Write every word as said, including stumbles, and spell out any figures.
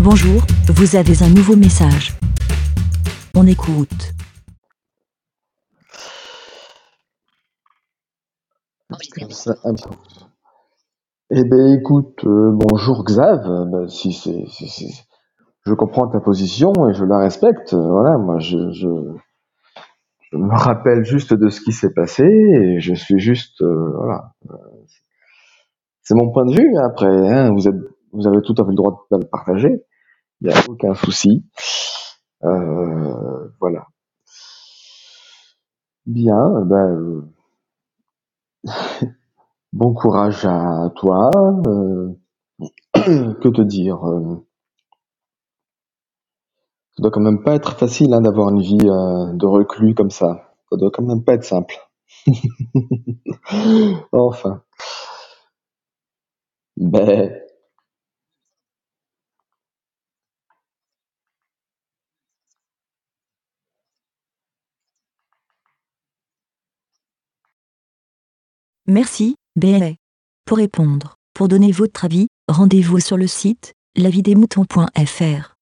Bonjour, vous avez un nouveau message. On écoute. Comme ça, un peu. Eh ben écoute, euh, bonjour Xav, euh, ben, si c'est, si, si- je comprends ta position et je la respecte. euh, Voilà, moi je, je, je me rappelle juste de ce qui s'est passé et je suis juste, euh, voilà, c'est mon point de vue. Après, hein, vous êtes, vous avez tout à fait le droit de le partager. Il n'y a aucun souci. Euh, voilà. Bien, ben euh, bon courage à toi. euh, que te dire? euh, Ça doit quand même pas être facile hein, d'avoir une vie euh, de reclus comme ça. Ça doit quand même pas être simple. Enfin, ben, Merci, B L A. Pour répondre, pour donner votre avis, rendez-vous sur le site la vie des moutons point f r.